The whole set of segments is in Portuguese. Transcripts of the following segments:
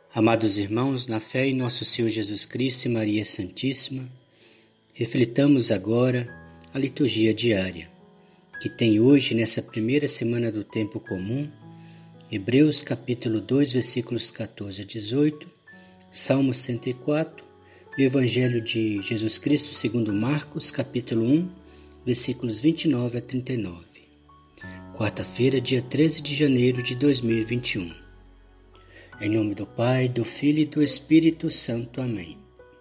Amados irmãos, na fé em nosso Senhor Jesus Cristo e Maria Santíssima, reflitamos agora a liturgia diária, que tem hoje, nessa primeira semana do tempo comum, Hebreus capítulo 2, versículos 14 a 18, Salmo 104 e o Evangelho de Jesus Cristo segundo Marcos, capítulo 1, versículos 29 a 39. Quarta-feira, dia 13 de janeiro de 2021. Em nome do Pai, do Filho e do Espírito Santo. Amém.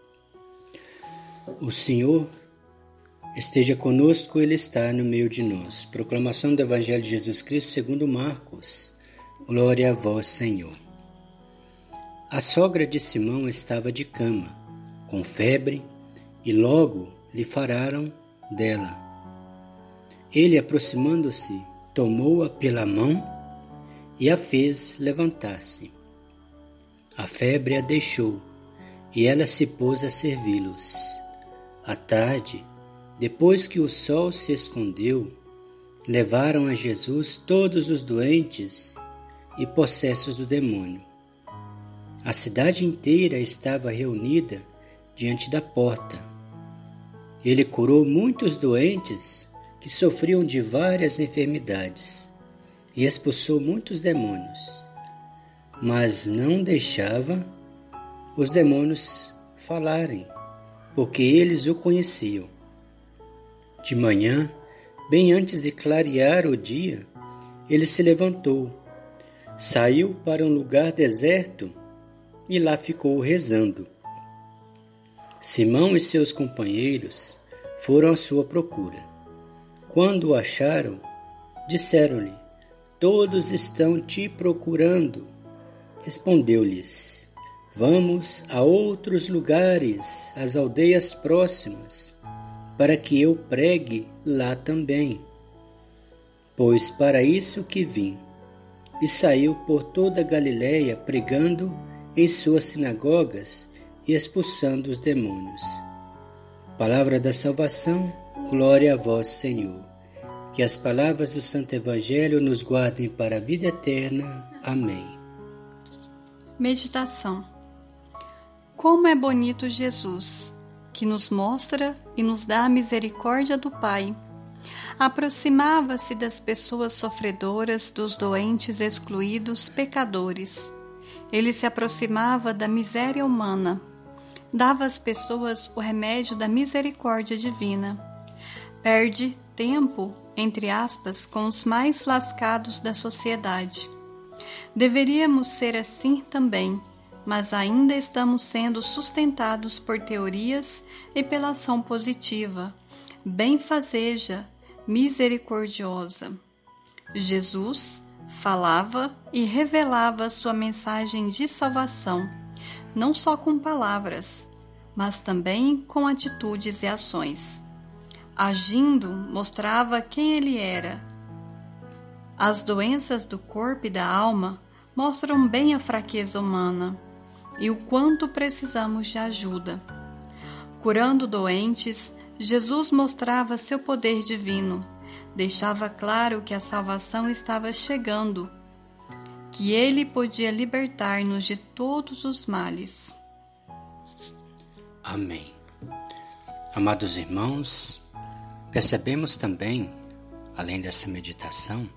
O Senhor esteja conosco, Ele está no meio de nós. Proclamação do Evangelho de Jesus Cristo segundo Marcos. Glória a vós, Senhor. A sogra de Simão estava de cama, com febre, e logo lhe falaram dela. Ele, aproximando-se, tomou-a pela mão e a fez levantar-se. A febre a deixou, e ela se pôs a servi-los. À tarde, depois que o sol se escondeu, levaram a Jesus todos os doentes e possessos do demônio. A cidade inteira estava reunida diante da porta. Ele curou muitos doentes que sofriam de várias enfermidades e expulsou muitos demônios. Mas não deixava os demônios falarem, porque eles o conheciam. De manhã, bem antes de clarear o dia, ele se levantou, saiu para um lugar deserto e lá ficou rezando. Simão e seus companheiros foram à sua procura. Quando o acharam, disseram-lhe: "Todos estão te procurando." Respondeu-lhes: "Vamos a outros lugares, às aldeias próximas, para que eu pregue lá também, pois para isso que vim." E saiu por toda a Galiléia, pregando em suas sinagogas e expulsando os demônios. Palavra da salvação, glória a vós, Senhor. Que as palavras do Santo Evangelho nos guardem para a vida eterna. Amém. Meditação. Como é bonito Jesus, que nos mostra e nos dá a misericórdia do Pai. Aproximava-se das pessoas sofredoras, dos doentes, excluídos, pecadores. Ele se aproximava da miséria humana. Dava às pessoas o remédio da misericórdia divina. Perde tempo, entre aspas, com os mais lascados da sociedade. Deveríamos ser assim também, mas ainda estamos sendo sustentados por teorias e pela ação positiva, benfazeja, misericordiosa. Jesus falava e revelava sua mensagem de salvação, não só com palavras, mas também com atitudes e ações. Agindo, mostrava quem ele era. As doenças do corpo e da alma mostram bem a fraqueza humana e o quanto precisamos de ajuda. Curando doentes, Jesus mostrava seu poder divino, deixava claro que a salvação estava chegando, que ele podia libertar-nos de todos os males. Amém. Amados irmãos, percebemos também, além dessa meditação,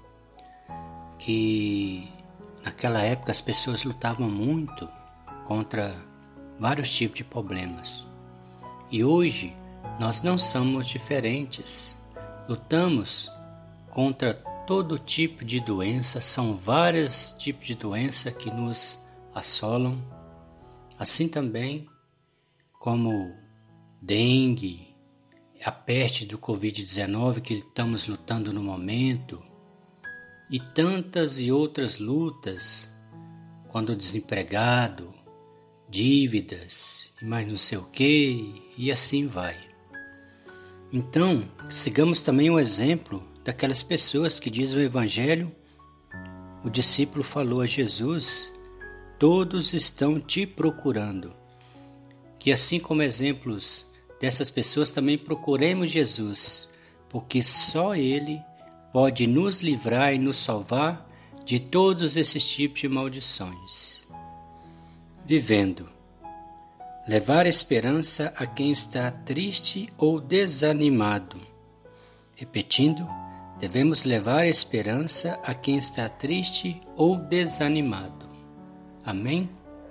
que naquela época as pessoas lutavam muito contra vários tipos de problemas. E hoje nós não somos diferentes. Lutamos contra todo tipo de doença, são vários tipos de doença que nos assolam. Assim também como dengue, a peste do Covid-19 que estamos lutando no momento, e tantas e outras lutas, quando desempregado, dívidas, e mais não sei o que, e assim vai. Então, sigamos também o exemplo daquelas pessoas que diz o Evangelho. O discípulo falou a Jesus: "Todos estão te procurando." Que assim como exemplos dessas pessoas também procuremos Jesus, porque só Ele pode nos livrar e nos salvar de todos esses tipos de maldições. vivendo. Levar esperança a quem está triste ou desanimado. Repetindo, devemos levar esperança a quem está triste ou desanimado. Amém?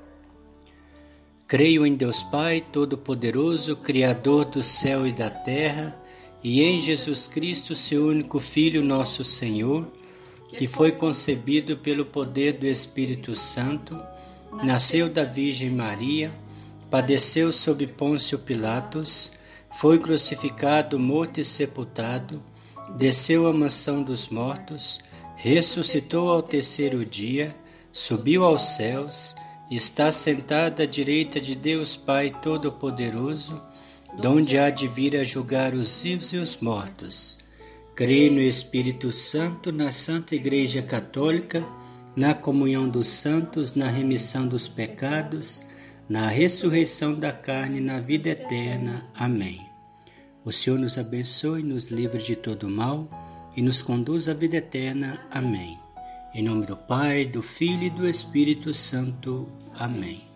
Creio em Deus Pai Todo-Poderoso, Criador do céu e da terra, e em Jesus Cristo, seu único Filho, nosso Senhor, que foi concebido pelo poder do Espírito Santo, nasceu da Virgem Maria, padeceu sob Pôncio Pilatos, foi crucificado, morto e sepultado, desceu à mansão dos mortos, ressuscitou ao terceiro dia, subiu aos céus, está sentado à direita de Deus Pai Todo-Poderoso, donde há de vir a julgar os vivos e os mortos. Creio no Espírito Santo, na Santa Igreja Católica, na comunhão dos santos, na remissão dos pecados, na ressurreição da carne e na vida eterna. Amém. O Senhor nos abençoe, nos livre de todo mal e nos conduz à vida eterna. Amém. Em nome do Pai, do Filho e do Espírito Santo. Amém.